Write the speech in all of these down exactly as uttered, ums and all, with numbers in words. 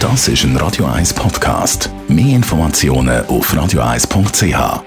Das ist ein Radio eins Podcast. Mehr Informationen auf radio eins punkt c h.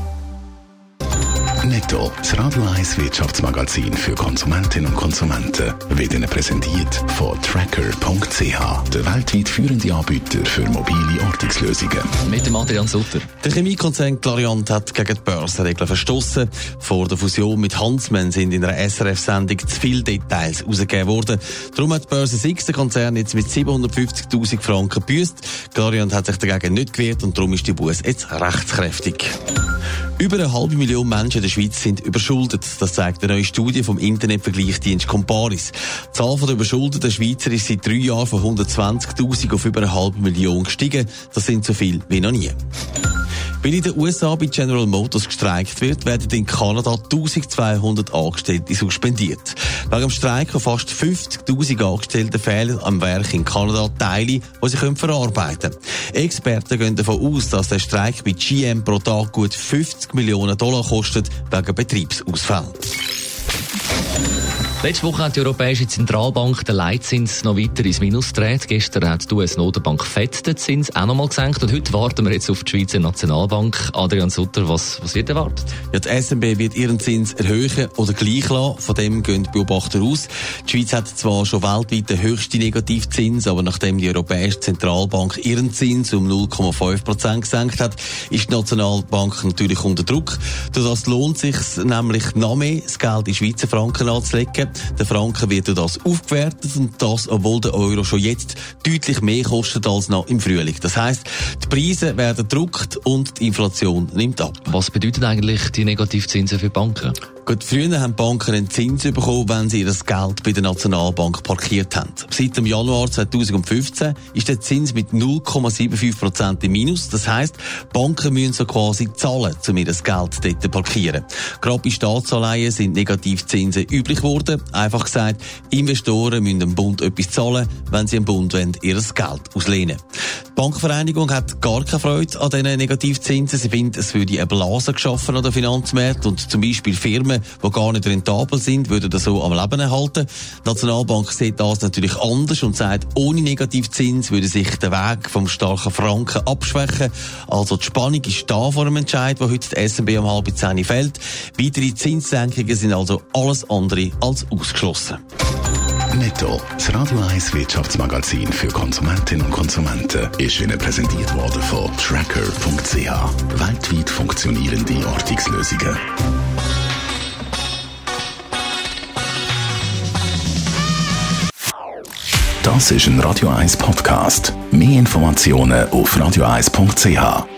Netto, das Radio eins Wirtschaftsmagazin für Konsumentinnen und Konsumenten, wird Ihnen präsentiert von Tracker punkt c h, der weltweit führende Anbieter für mobile Ortungslösungen. Mit dem Adrian Sutter. Der Chemiekonzern Clariant hat gegen die Börsenregeln verstoßen. Vor der Fusion mit Huntsman sind in einer S R F-Sendung zu viele Details herausgegeben worden. Darum hat die Börse Six den Konzern jetzt mit siebenhundertfünfzigtausend Franken gebüßt. Clariant hat sich dagegen nicht gewehrt und darum ist die Busse jetzt rechtskräftig. Über eine halbe Million Menschen in der Schweiz sind überschuldet. Das zeigt eine neue Studie vom Internetvergleichsdienst Comparis. Die Zahl der überschuldeten Schweizer ist seit drei Jahren von hundertzwanzigtausend auf über eine halbe Million gestiegen. Das sind so viel wie noch nie. Weil in den U S A bei General Motors gestreikt wird, werden in Kanada eintausendzweihundert Angestellte suspendiert. Wegen dem Streik von fast fünfzigtausend Angestellten fehlen am Werk in Kanada Teile, die sie verarbeiten können. Experten gehen davon aus, dass der Streik bei G M pro Tag gut fünfzig Millionen Dollar kostet, wegen Betriebsausfällen. Letzte Woche hat die Europäische Zentralbank den Leitzins noch weiter ins Minus gedreht. Gestern hat die U S-Notenbank Fed den Zins auch noch mal gesenkt. Und heute warten wir jetzt auf die Schweizer Nationalbank. Adrian Sutter, was, was wird erwartet? Ja, die S N B wird ihren Zins erhöhen oder gleich lassen. Von dem gehen die Beobachter aus. Die Schweiz hat zwar schon weltweit den höchsten Negativzins, aber nachdem die Europäische Zentralbank ihren Zins um null Komma fünf Prozent gesenkt hat, ist die Nationalbank natürlich unter Druck. Durch das lohnt es sich nämlich noch mehr, das Geld in Schweizer Franken anzulegen. Der Franken wird durch das aufgewertet und das, obwohl der Euro schon jetzt deutlich mehr kostet als noch im Frühling. Das heisst, die Preise werden gedruckt und die Inflation nimmt ab. Was bedeuten eigentlich die Negativzinsen für Banken? Gut, früher haben Banken einen Zins bekommen, wenn sie ihr Geld bei der Nationalbank parkiert haben. Seit dem Januar zweitausendfünfzehn ist der Zins mit null Komma fünfundsiebzig Prozent im Minus. Das heisst, Banken müssen so quasi zahlen, um ihr Geld dort zu parkieren. Gerade bei Staatsanleihen sind Negativzinsen üblich geworden. Einfach gesagt, Investoren müssen dem Bund etwas zahlen, wenn sie dem Bund ihr Geld auslehnen wollen. Die Bankenvereinigung hat gar keine Freude an diesen Negativzinsen. Sie findet, es würde eine Blase geschaffen an den Finanzmärkten und zum Beispiel Firmen, die gar nicht rentabel sind, würden das so am Leben erhalten. Die Nationalbank sieht das natürlich anders und sagt, ohne Negativzins würde sich der Weg vom starken Franken abschwächen. Also die Spannung ist da vor dem Entscheid, wo heute die S N B um halb zehn fällt. Weitere Zinssenkungen sind also alles andere als ausgeschlossen. Netto, das Radio eins Wirtschaftsmagazin für Konsumentinnen und Konsumenten, ist Ihnen präsentiert worden von Tracker punkt c h. Weltweit funktionierende Ortungslösungen. Das ist ein Radio eins Podcast. Mehr Informationen auf radio eins punkt c h.